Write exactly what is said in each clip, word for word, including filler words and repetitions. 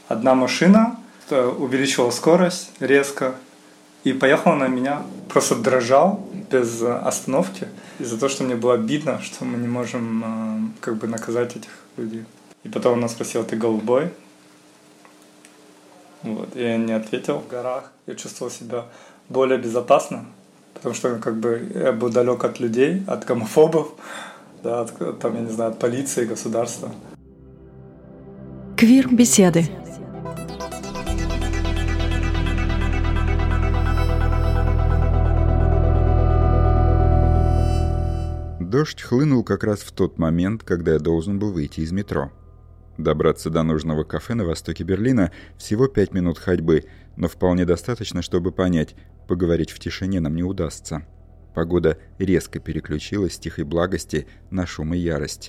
одна машина увеличивала скорость резко и поехала на меня. Просто дрожал без остановки из-за того, что мне было обидно, что мы не можем как бы наказать этих людей. И потом она спросила: ты голубой? Вот. Я не ответил. В горах я чувствовал себя более безопасно, потому что как бы я был далек от людей, от гомофобов, да, от, там, я не знаю, от полиции, государства. Квир-беседы. Дождь хлынул как раз в тот момент, когда я должен был выйти из метро. Добраться до нужного кафе на востоке Берлина всего пять минут ходьбы, но вполне достаточно, чтобы понять, поговорить в тишине нам не удастся. Погода резко переключилась с тихой благости на шум и ярость.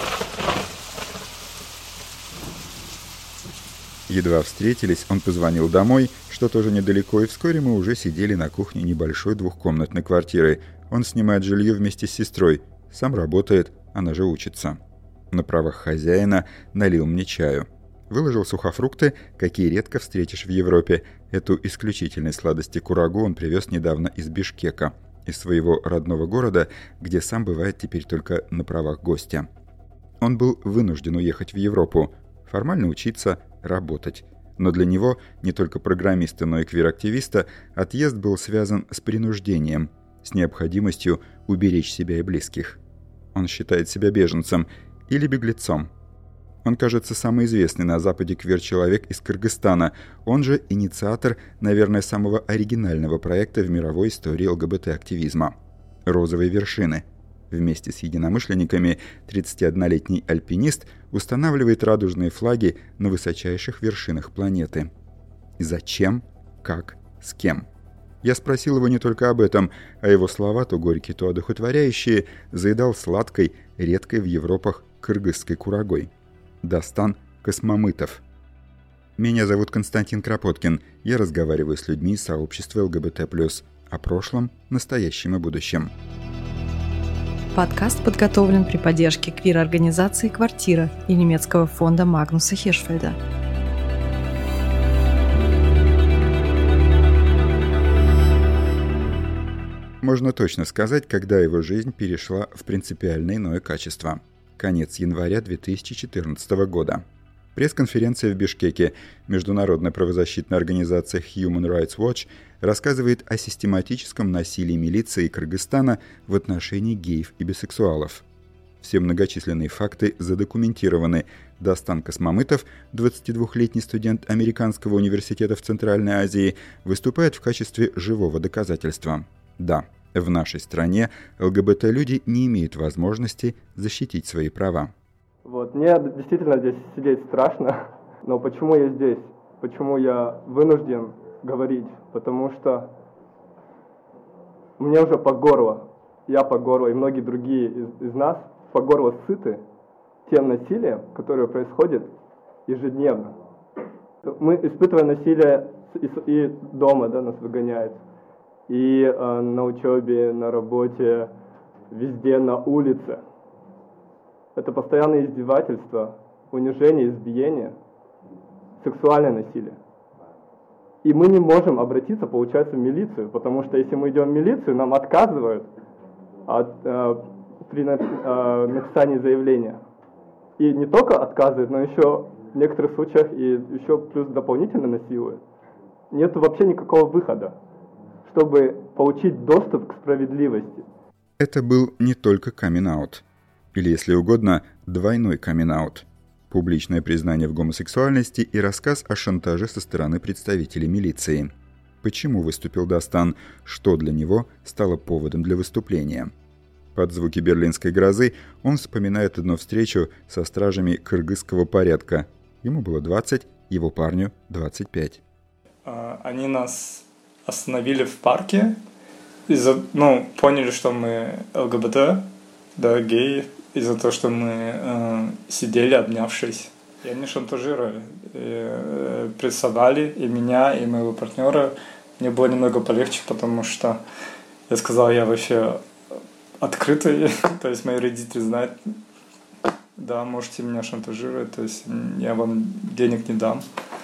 Едва встретились, он позвонил домой, что тоже недалеко, и вскоре мы уже сидели на кухне небольшой двухкомнатной квартиры. Он снимает жилье вместе с сестрой, сам работает, она же учится. На правах хозяина налил мне чаю. Выложил сухофрукты, какие редко встретишь в Европе. Эту исключительной сладости курагу он привез недавно из Бишкека, из своего родного города, где сам бывает теперь только на правах гостя. Он был вынужден уехать в Европу, формально учиться, работать. Но для него, не только программиста, но и квир-активиста, отъезд был связан с принуждением, с необходимостью уберечь себя и близких. Он считает себя беженцем или беглецом. Он, кажется, самый известный на Западе квир-человек из Кыргызстана. Он же инициатор, наверное, самого оригинального проекта в мировой истории ЛГБТ-активизма – «Розовые вершины». Вместе с единомышленниками тридцатиоднолетний альпинист устанавливает радужные флаги на высочайших вершинах планеты. Зачем? Как? С кем? Я спросил его не только об этом, а его слова, то горькие, то одухотворяющие, заедал сладкой, редкой в Европах кыргызской курагой. Дастан Космомытов. Меня зовут Константин Кропоткин. Я разговариваю с людьми из сообщества ЛГБТ+, о прошлом, настоящем и будущем. Подкаст подготовлен при поддержке квир-организации «Квартира» и немецкого фонда Магнуса Хиршфельда. Можно точно сказать, когда его жизнь перешла в принципиально иное качество. Конец января две тысячи четырнадцатого года. Пресс-конференция в Бишкеке. Международная правозащитная организация Human Rights Watch рассказывает о систематическом насилии милиции Кыргызстана в отношении геев и бисексуалов. Все многочисленные факты задокументированы. Дастан Космомытов, двадцатидвухлетний студент Американского университета в Центральной Азии, выступает в качестве живого доказательства. Да, в нашей стране ЛГБТ-люди не имеют возможности защитить свои права. Вот, мне действительно здесь сидеть страшно, но почему я здесь? Почему я вынужден говорить? Потому что мне уже по горло, я по горло и многие другие из, из нас по горло сыты тем насилием, которое происходит ежедневно. Мы испытываем насилие и, и дома, да, нас выгоняют. И э, на учебе, на работе, везде, на улице. Это постоянное издевательство, унижение, избиение, сексуальное насилие. И мы не можем обратиться, получается, в милицию, потому что если мы идем в милицию, нам отказывают от, э, при э, написании заявления. И не только отказывают, но еще в некоторых случаях и еще плюс дополнительно насилуют. Нет вообще никакого выхода, чтобы получить доступ к справедливости. Это был не только камин-аут. Или, если угодно, двойной камин-аут. Публичное признание в гомосексуальности и рассказ о шантаже со стороны представителей милиции. Почему выступил Дастан? Что для него стало поводом для выступления? Под звуки берлинской грозы он вспоминает одну встречу со стражами кыргызского порядка. Ему было двадцать, его парню двадцать пять. Они нас остановили в парке, из-за, ну, поняли, что мы ЛГБТ, да, геи, из-за того, что мы э, сидели, обнявшись. И они шантажировали, и, э, прессовали и меня, и моего партнера. Мне было немного полегче, потому что я сказал, я вообще открытый, то есть мои родители знают, да, можете меня шантажировать, то есть я вам денег не дам.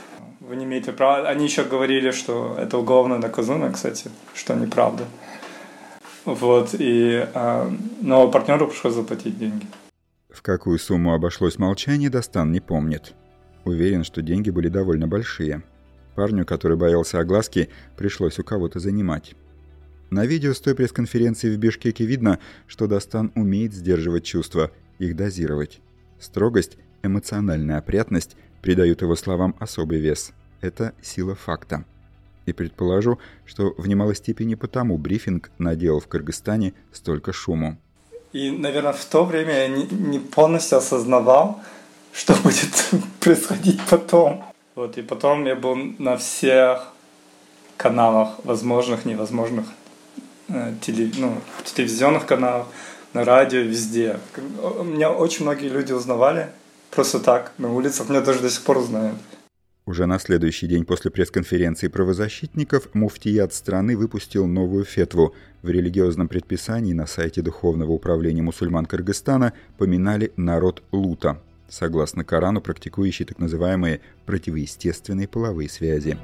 вы не имеете права. Они еще говорили, что это уголовно наказуемо, кстати, что неправда. Вот, и, а, но партнеру пришлось заплатить деньги. В какую сумму обошлось молчание, Дастан не помнит. Уверен, что деньги были довольно большие. Парню, который боялся огласки, пришлось у кого-то занимать. На видео с той пресс-конференции в Бишкеке видно, что Дастан умеет сдерживать чувства, их дозировать. Строгость, эмоциональная опрятность придают его словам особый вес. Это сила факта. И предположу, что в немалой степени потому брифинг наделал в Кыргызстане столько шуму. И, наверное, в то время я не, не полностью осознавал, что будет происходить потом. Вот, и потом я был на всех каналах, возможных, невозможных, э, теле, ну, телевизионных каналах, на радио, везде. Меня очень многие люди узнавали просто так, на улицах, меня даже до сих пор узнают. Уже на следующий день после пресс-конференции правозащитников муфтият страны выпустил новую фетву. В религиозном предписании на сайте Духовного управления мусульман Кыргызстана поминали народ Лута, согласно Корану, практикующий так называемые противоестественные половые связи.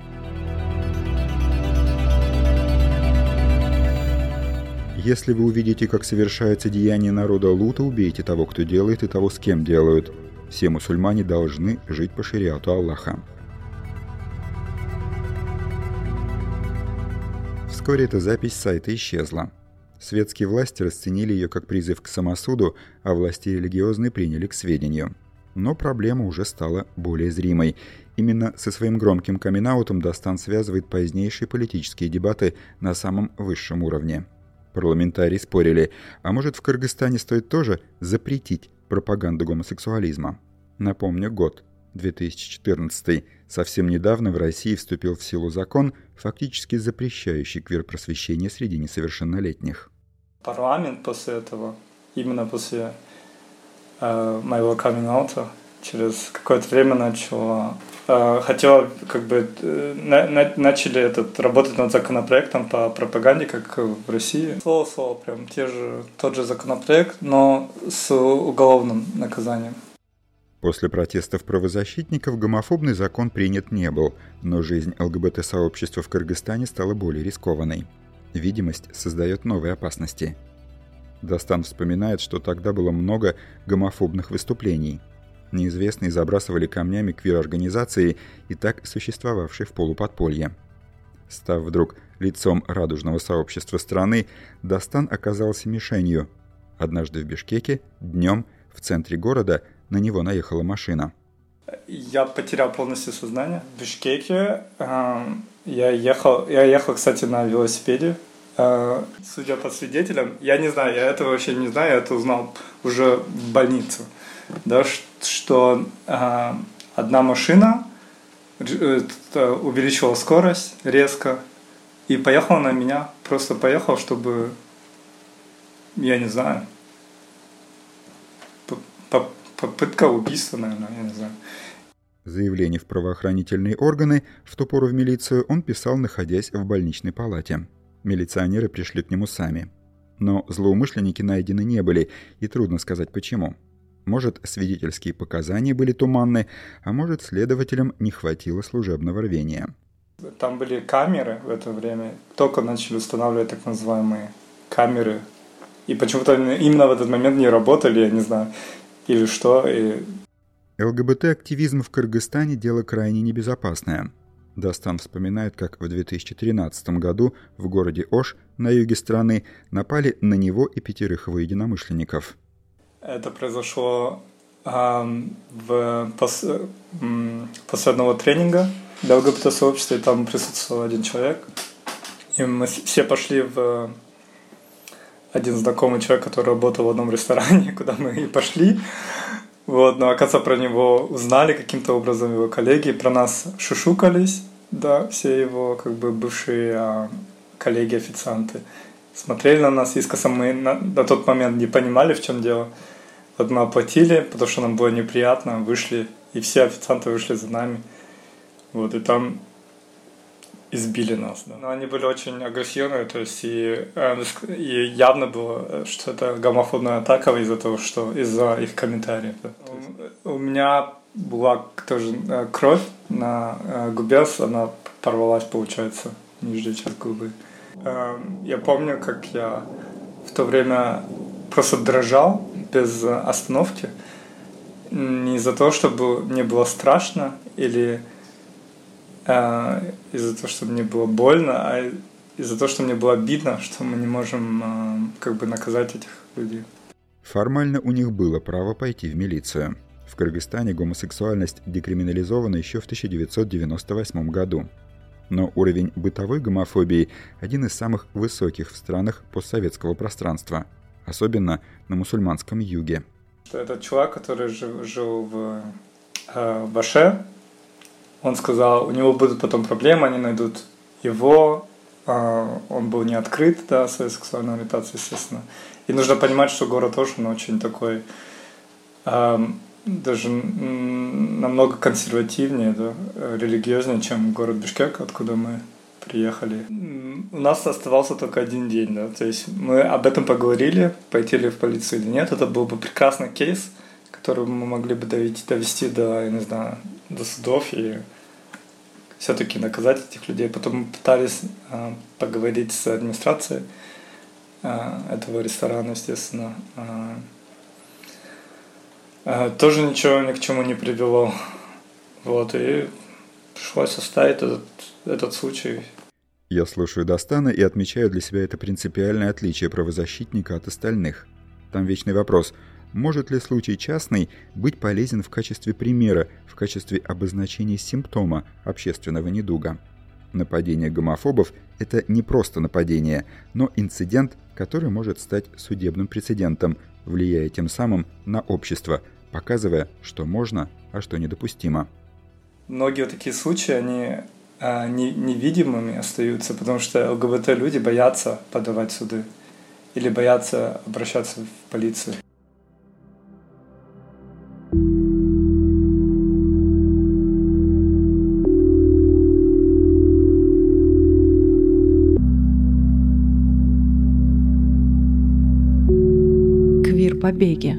Если вы увидите, как совершается деяние народа Лута, убейте того, кто делает, и того, с кем делают. Все мусульмане должны жить по шариату Аллаха. Вскоре эта запись сайта исчезла. Светские власти расценили ее как призыв к самосуду, а власти религиозные приняли к сведению. Но проблема уже стала более зримой. Именно со своим громким камин-аутом Дастан связывает позднейшие политические дебаты на самом высшем уровне. Парламентарии спорили, а может в Кыргызстане стоит тоже запретить пропаганду гомосексуализма. Напомню, год две тысячи четырнадцатый. Совсем недавно в России вступил в силу закон, фактически запрещающий квир-просвещение среди несовершеннолетних. Парламент после этого, именно после э, моего камин-аута, через какое-то время начал, э, хотел, как бы, э, на, начали этот, работать над законопроектом по пропаганде, как в России. Слово-слово, прям те же, тот же законопроект, но с уголовным наказанием. После протестов правозащитников гомофобный закон принят не был, но жизнь ЛГБТ-сообщества в Кыргызстане стала более рискованной. Видимость создает новые опасности. Дастан вспоминает, что тогда было много гомофобных выступлений. Неизвестные забрасывали камнями квир-организации, и так существовавшие в полуподполье. Став вдруг лицом радужного сообщества страны, Дастан оказался мишенью. Однажды в Бишкеке, днем, в центре города, на него наехала машина. Я потерял полностью сознание. В Бишкеке э, я ехал, я ехал, кстати, на велосипеде. Э, судя по свидетелям, я не знаю, я этого вообще не знаю, я это узнал уже в больнице, да, что э, одна машина э, увеличила скорость резко и поехала на меня, просто поехал, чтобы, я не знаю, попытка убийства, наверное, я не знаю. Заявление в правоохранительные органы, в ту пору в милицию, он писал, находясь в больничной палате. Милиционеры пришли к нему сами. Но злоумышленники найдены не были, и трудно сказать почему. Может, свидетельские показания были туманны, а может, следователям не хватило служебного рвения. Там были камеры в это время, только начали устанавливать так называемые камеры. И почему-то именно в этот момент не работали, я не знаю, или что. И... ЛГБТ-активизм в Кыргызстане – дело крайне небезопасное. Дастан вспоминает, как в две тысячи тринадцатом году в городе Ош на юге страны напали на него и пятерых его единомышленников. Это произошло э, в пос... после одного тренинга для ЛГБТ-сообщества, и там присутствовал один человек. И мы все пошли в... Один знакомый человек, который работал в одном ресторане, куда мы и пошли. Вот, но, оказывается, про него узнали каким-то образом его коллеги, про нас шушукались, да, все его, как бы, бывшие а, коллеги-официанты. Смотрели на нас искоса, мы на, на тот момент не понимали, в чем дело. Вот мы оплатили, потому что нам было неприятно, вышли, и все официанты вышли за нами. Вот, и там избили нас, да. Но они были очень агрессивные, то есть и, и явно было, что это гомофобная атака из-за того, что из-за их комментариев. Да. У, у меня была тоже кровь на губе, она порвалась, получается, нижняя часть губы. Я помню, как я в то время просто дрожал без остановки. Не из-за того, чтобы мне было страшно или э, из-за того, что мне было больно, а из-за того, что мне было обидно, что мы не можем э, как бы наказать этих людей. Формально у них было право пойти в милицию. В Кыргызстане гомосексуальность декриминализована еще в тысяча девятьсот девяносто восьмом году. Но уровень бытовой гомофобии один из самых высоких в странах постсоветского пространства, особенно на мусульманском юге. Этот чувак, который жил, жил в э, Баше, он сказал, у него будут потом проблемы, они найдут его, э, он был не открыт, да, своей сексуальной ориентации, естественно. И нужно понимать, что город тоже он очень такой, э, даже намного консервативнее, да, религиознее, чем город Бишкек, откуда мы приехали. У нас оставался только один день, да, то есть мы об этом поговорили, пойти ли в полицию или нет. Это был бы прекрасный кейс, который мы могли бы довести, довести до, я не знаю, до судов и все-таки наказать этих людей. Потом мы пытались э, поговорить с администрацией э, этого ресторана, естественно. Э, э, тоже ничего ни к чему не привело. Вот, и пришлось оставить этот, этот случай. Я слушаю Дастана и отмечаю для себя это принципиальное отличие правозащитника от остальных. Там вечный вопрос, может ли случай частный быть полезен в качестве примера, в качестве обозначения симптома общественного недуга. Нападение гомофобов – это не просто нападение, но инцидент, который может стать судебным прецедентом, влияя тем самым на общество, показывая, что можно, а что недопустимо. Многие вот такие случаи, они а, не, невидимыми остаются, потому что ЛГБТ-люди боятся подавать в суды или боятся обращаться в полицию. Квир-побеги.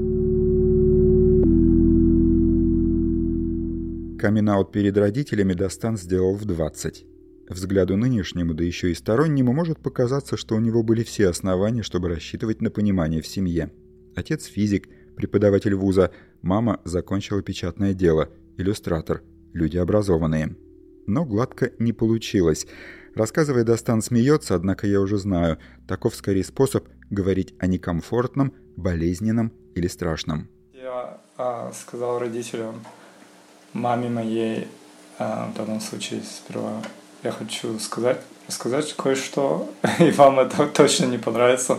Камин-аут перед родителями Дастан сделал в двадцать. Взгляду нынешнему, да еще и стороннему, может показаться, что у него были все основания, чтобы рассчитывать на понимание в семье. Отец физик, преподаватель вуза, мама закончила печатное дело, иллюстратор, люди образованные. Но гладко не получилось. Рассказывая, Дастан смеется, однако я уже знаю, таков скорее способ говорить о некомфортном, болезненном или страшном. Я а, сказал родителям, маме моей, а, в данном случае сперва, я хочу сказать, рассказать кое-что, и вам это точно не понравится.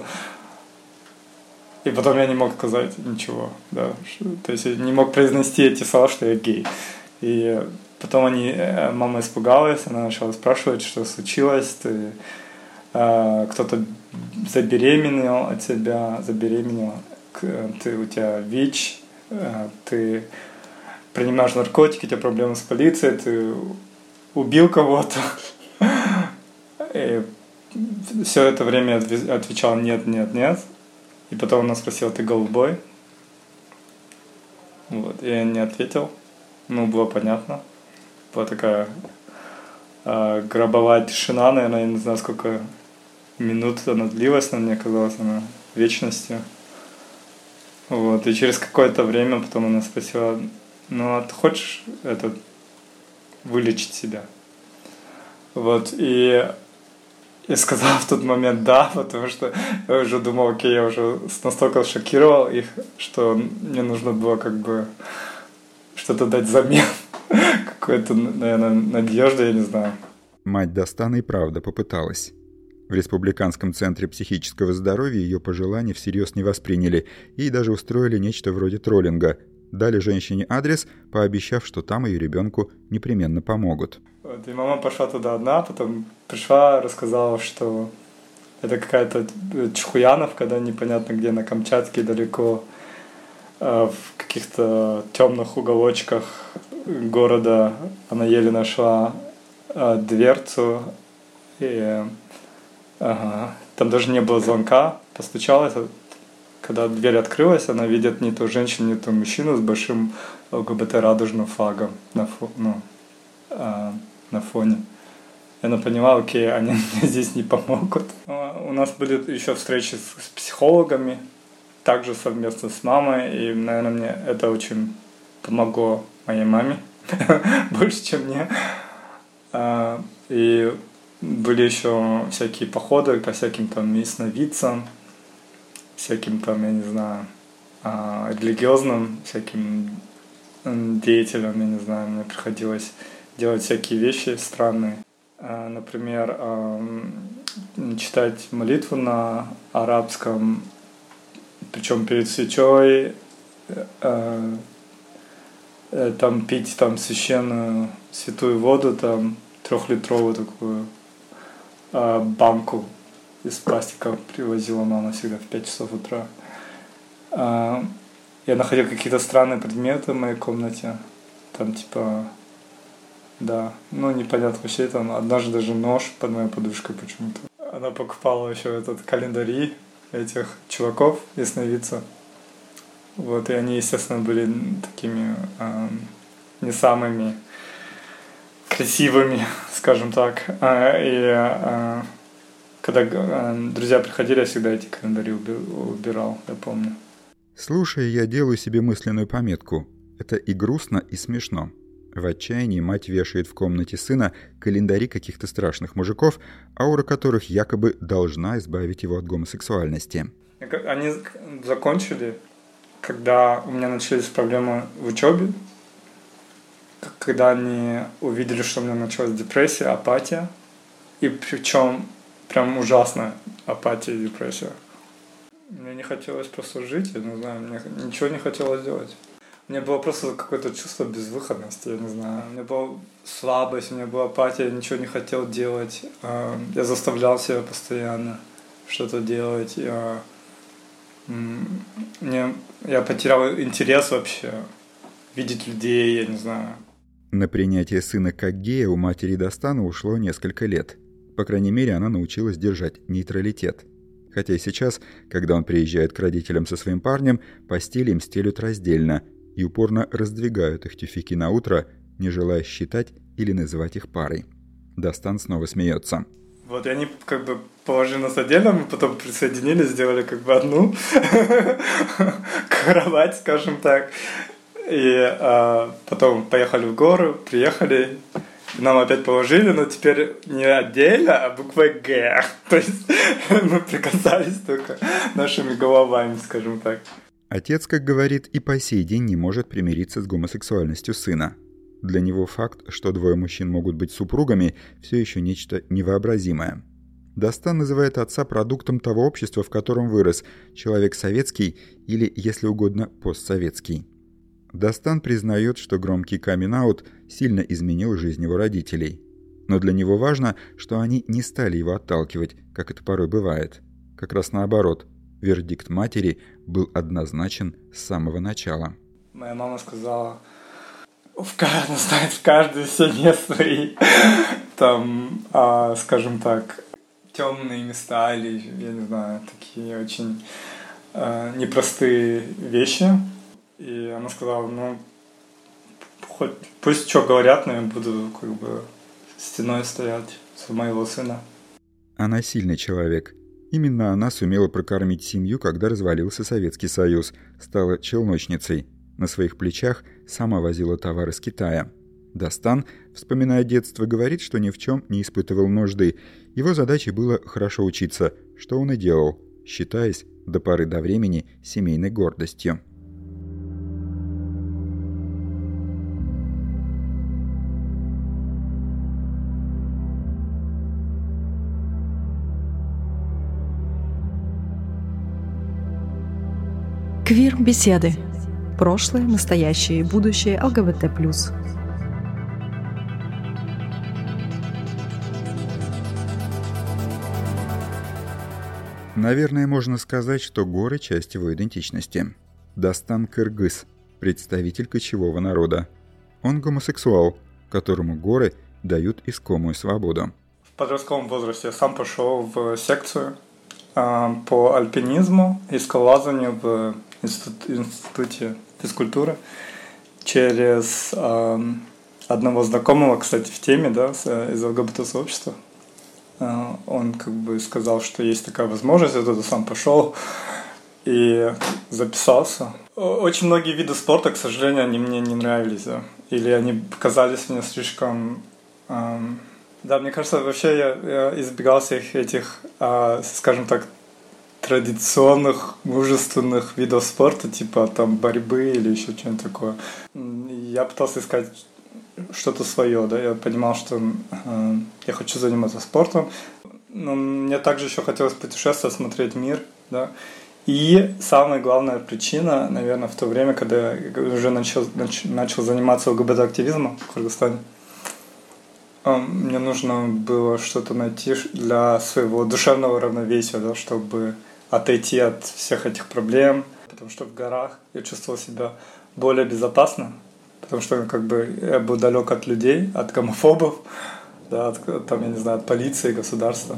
И потом я не мог сказать ничего, да, то есть я не мог произнести эти слова, что я гей. И потом они, мама испугалась, она начала спрашивать, что случилось, ты, а, кто-то забеременел от тебя, забеременел, ты, у тебя ВИЧ, а, ты принимаешь наркотики, у тебя проблемы с полицией, ты убил кого-то. И все это время я отвечал нет, нет, нет. И потом она спросила, ты голубой? Вот, я не ответил. Ну, было понятно. Была такая э, гробовая тишина, наверное, я не знаю, сколько минут она длилась, но мне казалось, она вечностью. Вот, и через какое-то время потом она спросила, ну, а ты хочешь это, вылечить себя? Вот, и я сказал в тот момент да, потому что я уже думал, окей, я уже настолько шокировал их, что мне нужно было как бы что-то дать взамен, какую-то, наверное, надежду, я не знаю. Мать Дастана и правда попыталась. В Республиканском центре психического здоровья ее пожелания всерьез не восприняли и даже устроили нечто вроде троллинга. Дали женщине адрес, пообещав, что там ее ребенку непременно помогут. Вот, и мама пошла туда одна, потом пришла, рассказала, что это какая-то Чхуяновка, да, непонятно где, на Камчатке, далеко, в каких-то темных уголочках города. Она еле нашла дверцу, и ага, там даже не было звонка, постучалась, когда дверь открылась, она видит не ту женщину, не ту мужчину с большим ЛГБТ-радужным флагом на, фо, ну, э, на фоне. И она поняла, окей, они мне здесь не помогут. У нас были еще встречи с, с психологами, также совместно с мамой, и, наверное, мне это очень помогло моей маме, больше, чем мне. И были еще всякие походы по всяким там ясновидцам, всяким там, я не знаю, религиозным всяким деятелям, я не знаю, мне приходилось делать всякие вещи странные. Например, читать молитву на арабском, причем перед свечой, там пить там священную святую воду, там трехлитровую такую банку из пластика привозила мама всегда в пять часов утра. Я находил какие-то странные предметы в моей комнате, там типа, да, ну непонятно вообще, там однажды даже нож под моей подушкой почему-то. Она покупала еще этот календари этих чуваков, ясновидцев. Вот, и они, естественно, были такими э, не самыми красивыми, скажем так. А, и э, когда э, друзья приходили, я всегда эти календари убирал, я помню. Слушая, я делаю себе мысленную пометку. Это и грустно, и смешно. В отчаянии мать вешает в комнате сына календари каких-то страшных мужиков, аура которых якобы должна избавить его от гомосексуальности. Они закончили, когда у меня начались проблемы в учебе, когда они увидели, что у меня началась депрессия, апатия, и причем прям ужасная апатия и депрессия. Мне не хотелось просто жить, я не знаю, мне ничего не хотелось делать. У меня было просто какое-то чувство безвыходности, я не знаю. У меня была слабость, у меня была апатия, я ничего не хотел делать. Я заставлял себя постоянно что-то делать. Я, мне, я потерял интерес вообще видеть людей, я не знаю. На принятие сына как гея у матери Дастана ушло несколько лет. По крайней мере, она научилась держать нейтралитет. Хотя и сейчас, когда он приезжает к родителям со своим парнем, постели им стелют раздельно и упорно раздвигают их тюфяки на утро, не желая считать или называть их парой. Дастан снова смеется. Вот, и они как бы положили нас отдельно, мы потом присоединились, сделали как бы одну кровать, скажем так. И а, потом поехали в горы, приехали, нам опять положили, но теперь не отдельно, а буквой «Г». То есть мы прикасались только нашими головами, скажем так. Отец, как говорит, и по сей день не может примириться с гомосексуальностью сына. Для него факт, что двое мужчин могут быть супругами, все еще нечто невообразимое. Дастан называет отца продуктом того общества, в котором вырос, человек советский или, если угодно, постсоветский. Дастан признает, что громкий камин-аут сильно изменил жизнь его родителей. Но для него важно, что они не стали его отталкивать, как это порой бывает. Как раз наоборот, вердикт матери был однозначен с самого начала. Моя мама сказала, она знает в каждой семье свои, там, а, скажем так, темные места или, я не знаю, такие очень а, непростые вещи. И она сказала, ну, хоть пусть что говорят, но я буду как бы стеной стоять за моего сына. Она сильный человек. Именно она сумела прокормить семью, когда развалился Советский Союз, стала челночницей. На своих плечах сама возила товары с Китая. Дастан, вспоминая детство, говорит, что ни в чем не испытывал нужды. Его задачей было хорошо учиться, что он и делал, считаясь до поры до времени семейной гордостью. Квир-беседы. Прошлое, настоящее и будущее ЛГБТ+. Наверное, можно сказать, что горы – часть его идентичности. Дастан кыргыз, представитель кочевого народа. Он гомосексуал, которому горы дают искомую свободу. В подростковом возрасте я сам пошел в секцию э, по альпинизму и скалолазанию в институт, институте физкультуры через э, одного знакомого, кстати, в теме, да, из ЛГБТ-сообщества. Э, он как бы сказал, что есть такая возможность, я туда сам пошел и записался. Очень многие виды спорта, к сожалению, они мне не нравились, да? Или они показались мне слишком... Эм, да, мне кажется, вообще я, я избегал всех этих, э, скажем так, традиционных, мужественных видов спорта, типа там борьбы или еще что-нибудь такое. Я пытался искать что-то свое, да, я понимал, что э, я хочу заниматься спортом, но мне также еще хотелось путешествовать, смотреть мир, да. И самая главная причина, наверное, в то время, когда я уже начал, нач, начал заниматься ЛГБТ-активизмом в Кыргызстане, э, мне нужно было что-то найти для своего душевного равновесия, да, чтобы отойти от всех этих проблем, потому что в горах я чувствовал себя более безопасно, потому что как бы я был далек от людей, от гомофобов, да, от, там, я не знаю, от полиции, государства.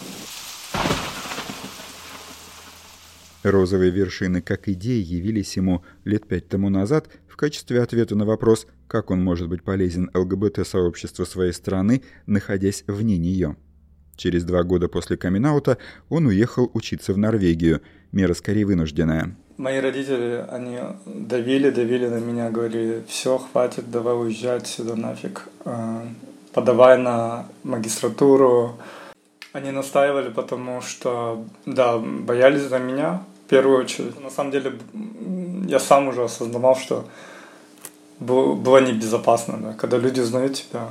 Розовые вершины как идеи явились ему лет пять тому назад в качестве ответа на вопрос, как он может быть полезен ЛГБТ-сообществу своей страны, находясь вне нее. Через два года после камин-аута он уехал учиться в Норвегию. Мера скорее вынужденная. Мои родители, они давили, давили на меня, говорили, все, хватит, давай уезжать сюда нафиг, подавай на магистратуру. Они настаивали, потому что, да, боялись за меня в первую очередь. На самом деле, я сам уже осознавал, что было небезопасно, да, когда люди узнают тебя.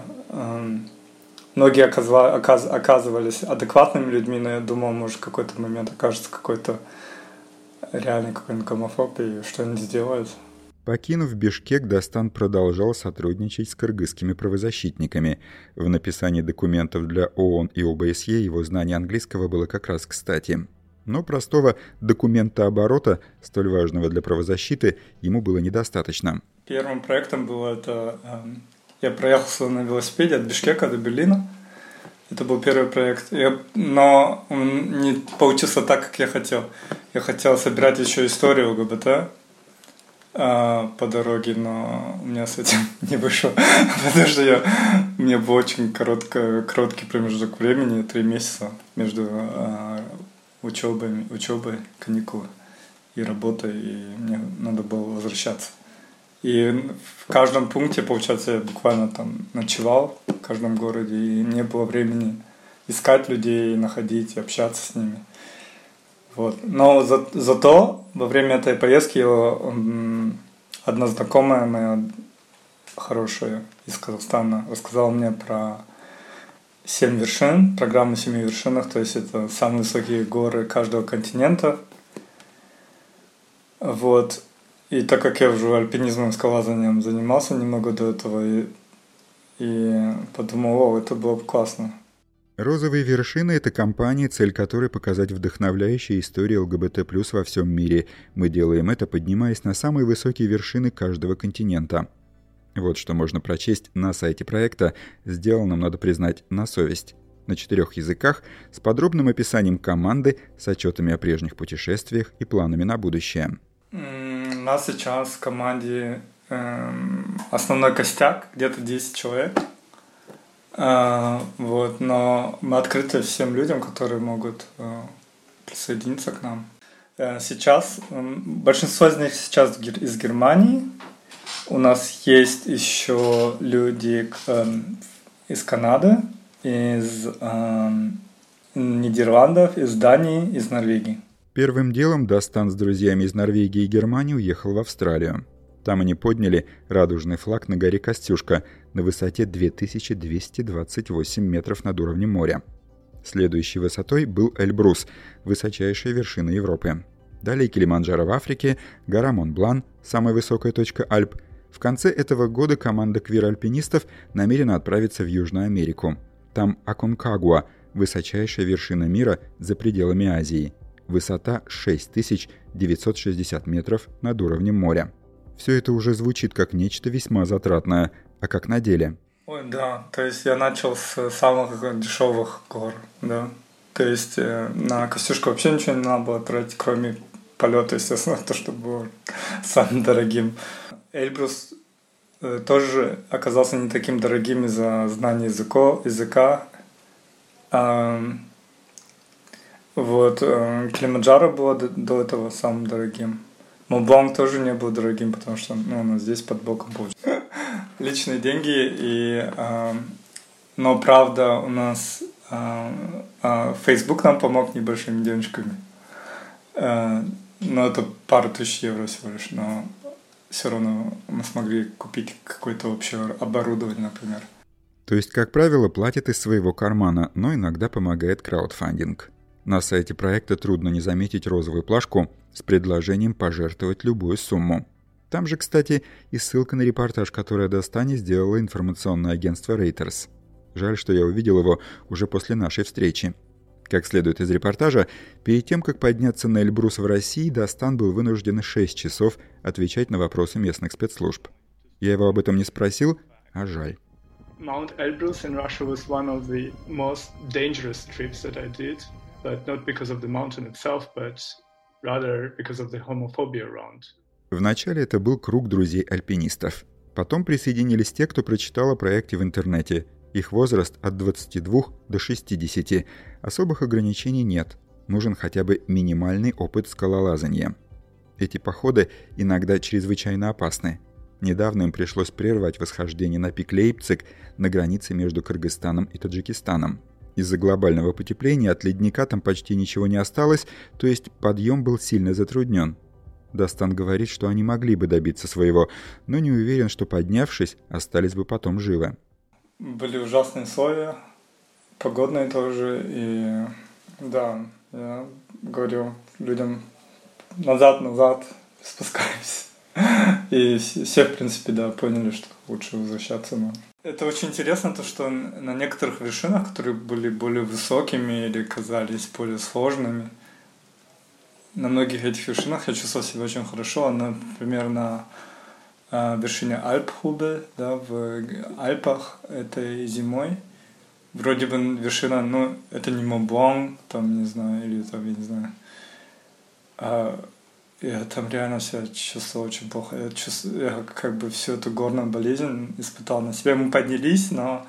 Многие оказывались адекватными людьми, но я думал, может, в какой-то момент окажется какой-то реальный какой-нибудь гомофоб и что-нибудь сделает. Покинув Бишкек, Дастан продолжал сотрудничать с кыргызскими правозащитниками. В написании документов для ООН и ОБСЕ его знание английского было как раз кстати. Но простого документооборота, столь важного для правозащиты, ему было недостаточно. Первым проектом было это... Я проехался на велосипеде от Бишкека до Берлина. Это был первый проект. Я, но он не получился так, как я хотел. Я хотел собирать еще историю ЛГБТ э, по дороге, но у меня с этим не вышло. Потому что я, у меня был очень коротко, короткий промежуток времени, три месяца между э, учебой, учебой, каникулы и работой, и мне надо было возвращаться. И в каждом пункте, получается, я буквально там ночевал в каждом городе, и не было времени искать людей, находить, общаться с ними. Вот. Но за, зато во время этой поездки м, одна знакомая моя хорошая из Казахстана рассказала мне про семь вершин, программу семи вершинах, то есть это самые высокие горы каждого континента. Вот. И так как я уже альпинизмом и скалолазанием занимался немного до этого, и, и подумал, о, это было бы классно. «Розовые вершины» — это компания, цель которой показать вдохновляющие истории ЛГБТ плюс во всем мире. Мы делаем это, поднимаясь на самые высокие вершины каждого континента. Вот что можно прочесть на сайте проекта, сделанном, надо признать, на совесть. На четырех языках, с подробным описанием команды, с отчетами о прежних путешествиях и планами на будущее. У нас сейчас в команде э, основной костяк, где-то десять человек. Э, вот, но мы открыты всем людям, которые могут э, присоединиться к нам. Э, сейчас, э, большинство из них сейчас из Германии. У нас есть еще люди э, из Канады, из э, Нидерландов, из Дании, из Норвегии. Первым делом Дастан с друзьями из Норвегии и Германии уехал в Австралию. Там они подняли радужный флаг на горе Костюшка на высоте две тысячи двести двадцать восемь метров над уровнем моря. Следующей высотой был Эльбрус, высочайшая вершина Европы. Далее Килиманджаро в Африке, гора Монблан, самая высокая точка Альп. В конце этого года команда квир-альпинистов намерена отправиться в Южную Америку. Там Аконкагуа, высочайшая вершина мира за пределами Азии. Высота шесть тысяч девятьсот шестьдесят метров над уровнем моря. Все это уже звучит как нечто весьма затратное, а как на деле? Ой, да, то есть я начал с самых дешевых гор, да. То есть на Костюшку вообще ничего не надо было тратить, кроме полета, естественно, то, что было самым дорогим. Эльбрус тоже оказался не таким дорогим из-за знания языка. языка. Вот, Килиманджаро было до, до этого самым дорогим. Монбланк тоже не был дорогим, потому что ну, у нас здесь под боком получится. Личные деньги, и, э, но правда у нас э, э, Facebook нам помог небольшими денежками. Э, но это пару тысяч евро всего лишь, но все равно мы смогли купить какое-то общее оборудование, например. То есть, как правило, платит из своего кармана, но иногда помогает краудфандинг. На сайте проекта трудно не заметить розовую плашку с предложением пожертвовать любую сумму. Там же, кстати, и ссылка на репортаж, который Дастани сделало информационное агентство Reuters. Жаль, что я увидел его уже после нашей встречи. Как следует из репортажа, перед тем, как подняться на Эльбрус в России, Дастан был вынужден шесть часов отвечать на вопросы местных спецслужб. Я его об этом не спросил, а жаль. Mount Elbrus in Russia was one of the most dangerous trips that I did. But not because of the mountain itself, but rather because of the homophobia around. Вначале это был круг друзей-альпинистов. Потом присоединились те, кто прочитал о проекте в интернете. Их возраст от двадцати двух до шестидесяти. Особых ограничений нет. Нужен хотя бы минимальный опыт скалолазания. Эти походы иногда чрезвычайно опасны. Недавно им пришлось прервать восхождение на пик Лейпциг на границе между Кыргызстаном и Таджикистаном. Из-за глобального потепления от ледника там почти ничего не осталось, то есть подъем был сильно затруднен. Дастан говорит, что они могли бы добиться своего, но не уверен, что, поднявшись, остались бы потом живы. Были ужасные условия, погодные тоже, и да, я говорю людям назад-назад, спускаемся. И все, в принципе, да, поняли, что лучше возвращаться. Но... Это очень интересно, то, что на некоторых вершинах, которые были более высокими или казались более сложными, на многих этих вершинах я чувствовал себя очень хорошо. Например, на э, вершине Альпхубе, да, в Альпах, это зимой. Вроде бы вершина, ну, это не Монбланк, там, не знаю, или там, я не знаю. А, я там реально себя чувствовал очень плохо. Я, чувствовал, я как бы всю эту горную болезнь испытал на себе. Мы поднялись, но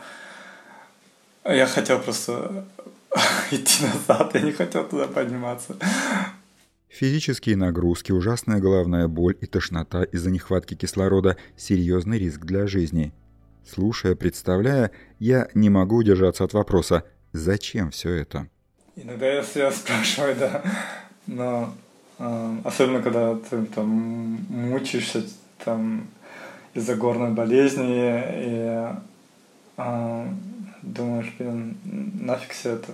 я хотел просто идти назад, я не хотел туда подниматься. Физические нагрузки, ужасная головная боль и тошнота из-за нехватки кислорода – серьезный риск для жизни. Слушая, представляя, я не могу удержаться от вопроса «Зачем все это?». Иногда я себя спрашиваю, да, но э, особенно когда ты там мучаешься там, из-за горной болезни и э, думаешь, блин, нафиг все это.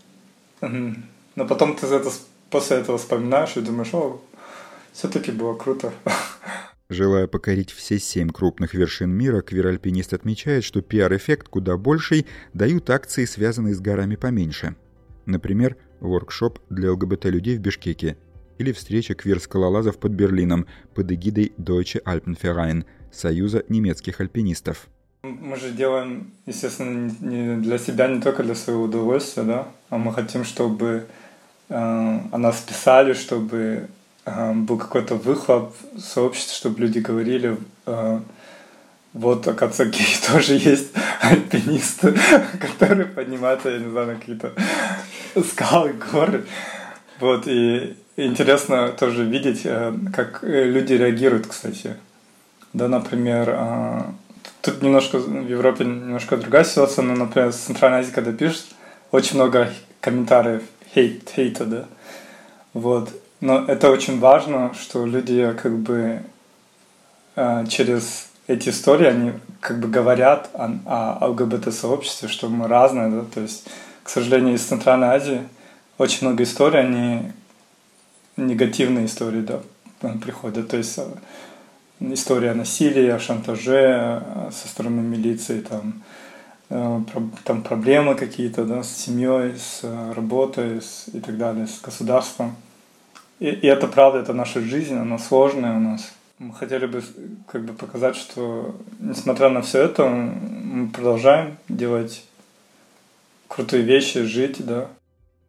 Но потом ты это после этого вспоминаешь и думаешь, о, все-таки было круто. Желая покорить все семь крупных вершин мира, квир-альпинист отмечает, что пиар-эффект куда больший дают акции, связанные с горами поменьше. Например, воркшоп для ЛГБТ-людей в Бишкеке или встреча квир-скалолазов под Берлином под эгидой Deutsche Alpenverein, Союза немецких альпинистов. Мы же делаем, естественно, не для себя, не только для своего удовольствия, да, а мы хотим, чтобы э, о нас писали, чтобы э, был какой-то выхлоп в сообществе, чтобы люди говорили, э, вот, оказывается, геи тоже есть альпинисты, которые поднимаются, я не знаю, на какие-то скалы, горы. Вот, и интересно тоже видеть, э, как люди реагируют, кстати. Да, например, э, тут немножко в Европе немножко другая ситуация, но, например, в Центральной Азии, когда пишешь, очень много комментариев, хейт, хейта, да. Вот. Но это очень важно, что люди как бы э, через эти истории, они как бы говорят о, о ЛГБТ-сообществе, что мы разные, да. То есть, к сожалению, из Центральной Азии очень много историй, они негативные истории, да, приходят. То есть история насилия, шантаже со стороны милиции, там, э, там проблемы какие-то, да, с семьей, с работой с, и так далее, с государством. И, и это правда, это наша жизнь, она сложная у нас. Мы хотели бы как бы показать, что несмотря на все это, мы продолжаем делать крутые вещи, жить, да.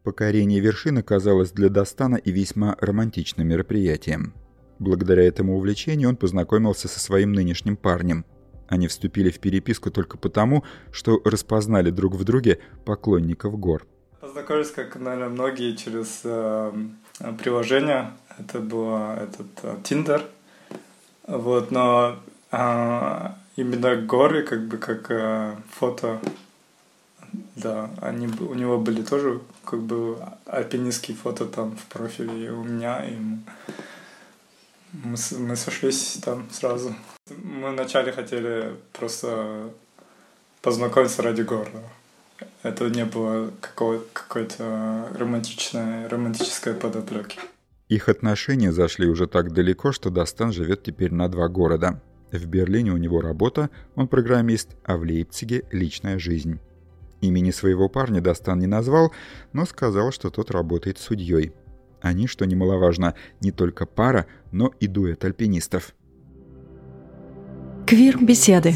Покорение вершины казалось для Дастана и весьма романтичным мероприятием. Благодаря этому увлечению он познакомился со своим нынешним парнем. Они вступили в переписку только потому, что распознали друг в друге поклонников гор. Познакомились, как, наверное, многие, через э, приложение. Это было этот э, Tinder. Вот, но э, именно горы, как бы, как э, фото, да, они, у него были тоже, как бы, альпинистские фото там в профиле, и у меня, и мы, мы сошлись там сразу. Мы вначале хотели просто познакомиться ради гор. Это не было какой-то романтичной, романтической подоплеки. Их отношения зашли уже так далеко, что Дастан живет теперь на два города. В Берлине у него работа, он программист, а в Лейпциге личная жизнь. Имени своего парня Дастан не назвал, но сказал, что тот работает судьей. Они, что немаловажно, не только пара, но и дуэт альпинистов. Квир-беседы.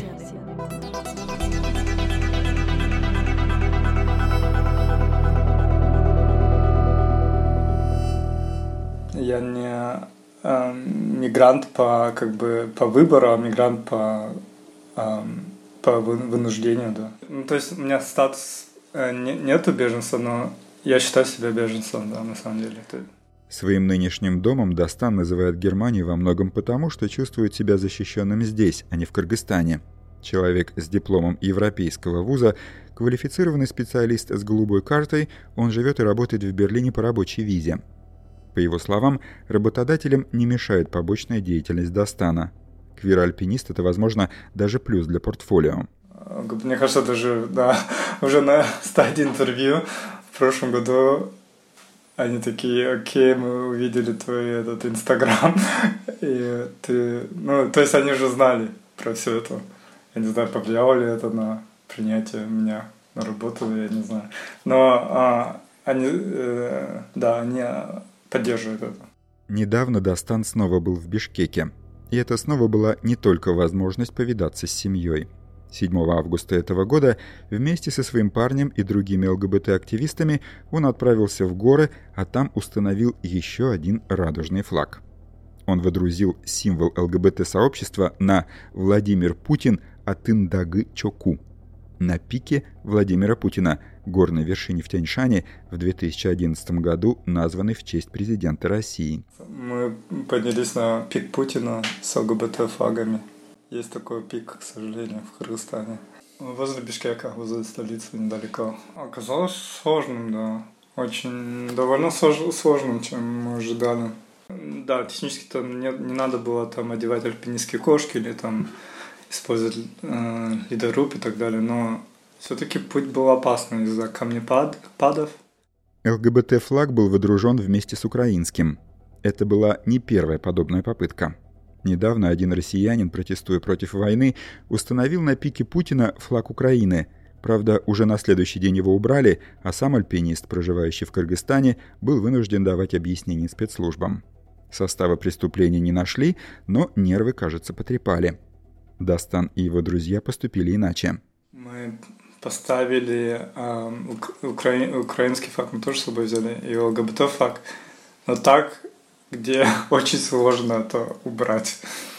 Я не э, мигрант по, как бы, по выбору, а мигрант по, э, по вынуждению, да. Ну, то есть у меня статус э, не, нету беженца, но я считаю себя беженцем, да, на самом деле. Своим нынешним домом Дастан называет Германию во многом потому, что чувствует себя защищенным здесь, а не в Кыргызстане. Человек с дипломом европейского вуза, квалифицированный специалист с голубой картой, он живет и работает в Берлине по рабочей визе. По его словам, работодателям не мешает побочная деятельность Дастана. Квир-альпинист – это, возможно, даже плюс для портфолио. Мне кажется, даже да, уже на стадии интервью в прошлом году они такие: окей, мы увидели твой этот Инстаграм, и ты, ну, то есть они уже знали про все это. Я не знаю, повлияло ли это на принятие меня на работу, я не знаю. Но а, они, э, да, они поддерживают это. Недавно Дастан снова был в Бишкеке. И это снова была не только возможность повидаться с семьей. седьмого августа этого года вместе со своим парнем и другими ЛГБТ-активистами он отправился в горы, а там установил еще один радужный флаг. Он водрузил символ ЛГБТ-сообщества на «Владимир Путин Атындагы Чоку» на пике Владимира Путина, горной вершине в Тяньшане, в две тысячи одиннадцатом году названной в честь президента России. Мы поднялись на пик Путина с ЛГБТ-флагами. Есть такой пик, к сожалению, в Кыргызстане. Возле Бишкека, возле столицы, недалеко. Оказалось сложным, да. Очень довольно сложным, чем мы ожидали. Да, технически там не, не надо было там одевать альпинистские кошки или там использовать э, ледоруб и так далее, но все-таки путь был опасный из-за камнепадов. ЛГБТ-флаг был водружен вместе с украинским. Это была не первая подобная попытка. Недавно один россиянин, протестуя против войны, установил на пике Путина флаг Украины. Правда, уже на следующий день его убрали, а сам альпинист, проживающий в Кыргызстане, был вынужден давать объяснения спецслужбам. Состава преступления не нашли, но нервы, кажется, потрепали. Дастан и его друзья поступили иначе. Мы поставили э, укра... украинский флаг, мы тоже с собой взяли, и ЛГБТ-флаг, но так, где очень сложно это убрать.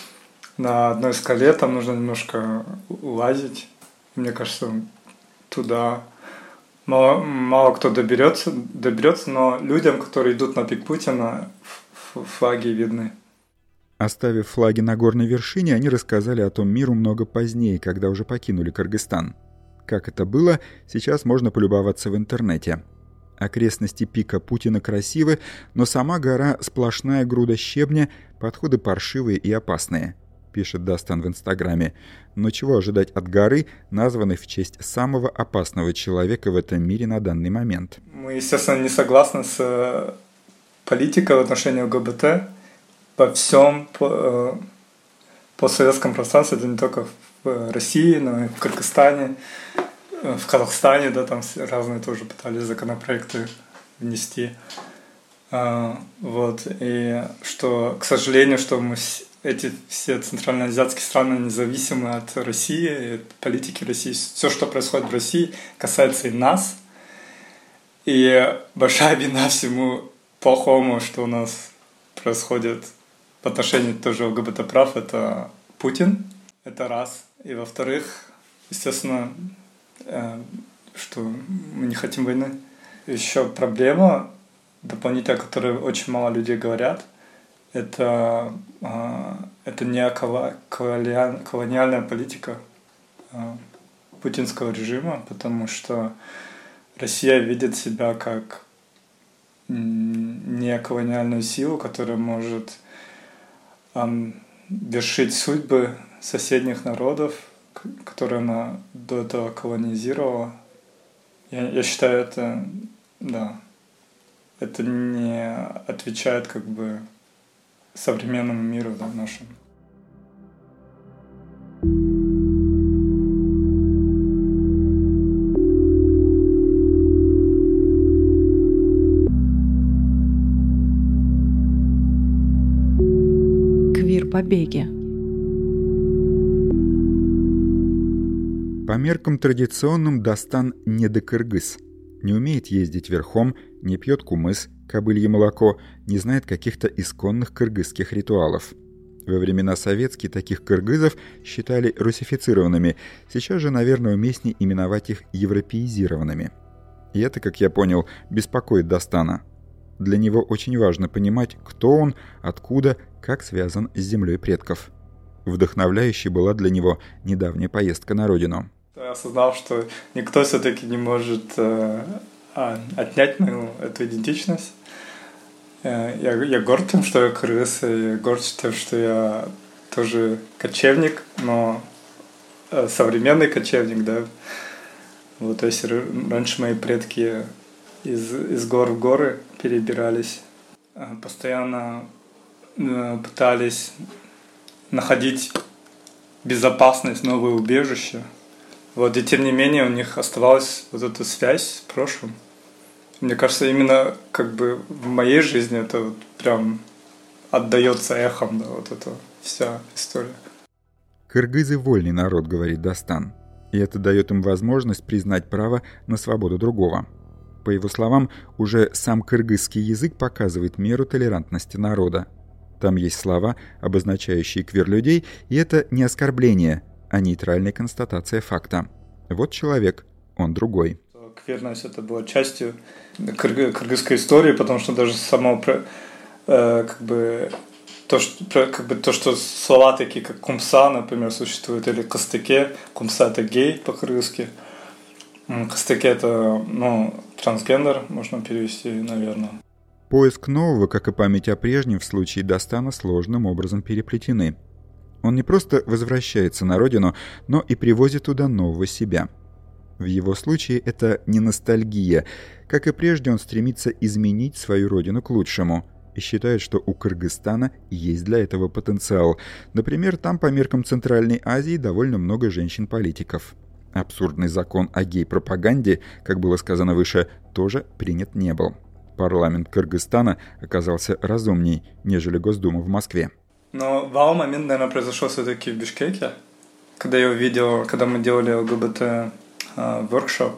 На одной скале там нужно немножко лазить. Мне кажется, туда мало, мало кто доберется, доберется, но людям, которые идут на пик Путина, флаги видны. Оставив флаги на горной вершине, они рассказали о том миру много позднее, когда уже покинули Кыргызстан. Как это было, сейчас можно полюбоваться в интернете. Окрестности пика Путина красивы, но сама гора — сплошная груда щебня, подходы паршивые и опасные, пишет Дастан в Инстаграме. Но чего ожидать от горы, названной в честь самого опасного человека в этом мире на данный момент? Мы, естественно, не согласны с политикой в отношении ЛГБТ. Во всем по, по советском пространстве, это не только в России, но и в Кыргызстане, в Казахстане, да, там разные тоже пытались законопроекты внести. А, вот, и что, к сожалению, что мы эти все центральноазиатские страны независимы от России, от политики России. Все, что происходит в России, касается и нас. И большая вина всему плохому, что у нас происходит в отношении тоже ЛГБТ-прав, это Путин. Это раз. И во-вторых, естественно, что мы не хотим войны. Еще проблема дополнительная, о которой очень мало людей говорят, это, это не колониальная политика путинского режима, потому что Россия видит себя как не колониальную силу, которая может вершить судьбы соседних народов, которые она до этого колонизировала. Я, я считаю, это, да, это не отвечает как бы современному миру, да, нашему. Квир-побеги. По меркам традиционным Дастан не докыргыз. Не умеет ездить верхом, не пьет кумыс, кобылье молоко, не знает каких-то исконных кыргызских ритуалов. Во времена советские таких кыргызов считали русифицированными, сейчас же, наверное, уместнее именовать их европеизированными. И это, как я понял, беспокоит Дастана. Для него очень важно понимать, кто он, откуда, как связан с землей предков. Вдохновляющей была для него недавняя поездка на родину. Я осознал, что никто все-таки не может э, отнять мою эту идентичность. Э, я, я горд тем, что я кыргыз, я горд тем, что я тоже кочевник, но э, современный кочевник, да. Вот, то есть раньше мои предки из, из гор в горы перебирались, э, постоянно э, пытались находить безопасность, новое убежище. Вот, и тем не менее у них оставалась вот эта связь с прошлым. Мне кажется, именно как бы в моей жизни это вот прям отдается эхом, да, вот эта вся история. Кыргызы — вольный народ, говорит Дастан. И это дает им возможность признать право на свободу другого. По его словам, уже сам кыргызский язык показывает меру толерантности народа. Там есть слова, обозначающие квир-людей, и это не оскорбление, а нейтральная констатация факта. Вот человек, он другой. Квирность — это была частью кыргы- кыргызской истории, потому что даже само э, как бы то, что, как бы то, что слова такие, как кумса, например, существуют, или костыке. Кумса — это гей по-кыргызски. Костыке — это, ну, трансгендер, можно перевести, наверное. Поиск нового, как и память о прежнем, в случае Дастана сложным образом переплетены. Он не просто возвращается на родину, но и привозит туда нового себя. В его случае это не ностальгия. Как и прежде, он стремится изменить свою родину к лучшему и считает, что у Кыргызстана есть для этого потенциал. Например, там по меркам Центральной Азии довольно много женщин-политиков. Абсурдный закон о гей-пропаганде, как было сказано выше, тоже принят не был. Парламент Кыргызстана оказался разумней, нежели Госдума в Москве. Но вау-момент, наверное, произошел все-таки в Бишкеке, когда я увидел, когда мы делали ЛГБТ-воркшоп,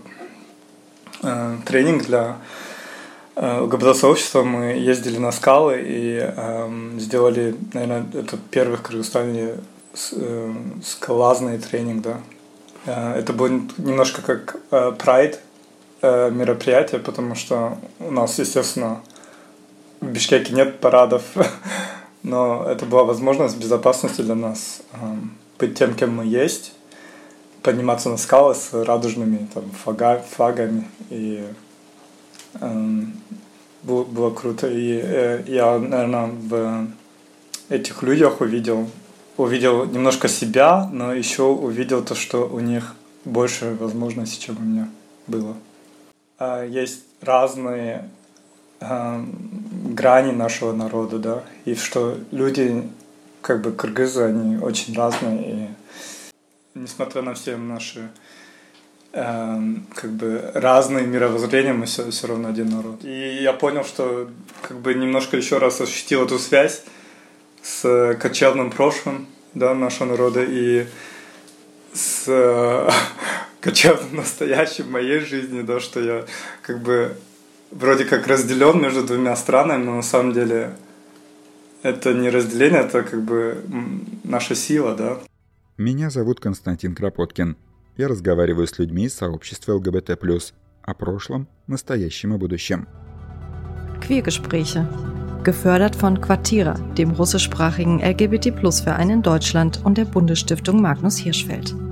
э, тренинг для э, ЛГБТ-сообщества. Мы ездили на скалы и э, сделали, наверное, это первый в Кыргызстане э, скалазный тренинг, да. Э, это было немножко как э, прайд э, мероприятие, потому что у нас, естественно, в Бишкеке нет парадов, но это была возможность безопасности для нас э, быть тем, кем мы есть, подниматься на скалы с радужными там, флага, флагами. И э, было, было круто. И э, я, наверное, в этих людях увидел, увидел немножко себя, но еще увидел то, что у них больше возможностей, чем у меня было. Э, есть разные грани нашего народа, да, и что люди, как бы кыргызы, они очень разные, и несмотря на все наши э, как бы разные мировоззрения, мы все, все равно один народ. И я понял, что как бы немножко еще раз ощутил эту связь с кочевным прошлым, да, нашего народа и с э, кочевным настоящим моей жизни, да, что я как бы вроде как разделен между двумя странами, но на самом деле это не разделение, это как бы наша сила, да. Меня зовут Константин Кропоткин. Я разговариваю с людьми из сообщества эл гэ бэ тэ плюс о прошлом, настоящем и будущем. Queergespräche. Gefördert von Quartira, dem russischsprachigen L G B T Plus Verein in Deutschland und der Bundesstiftung Magnus Hirschfeld.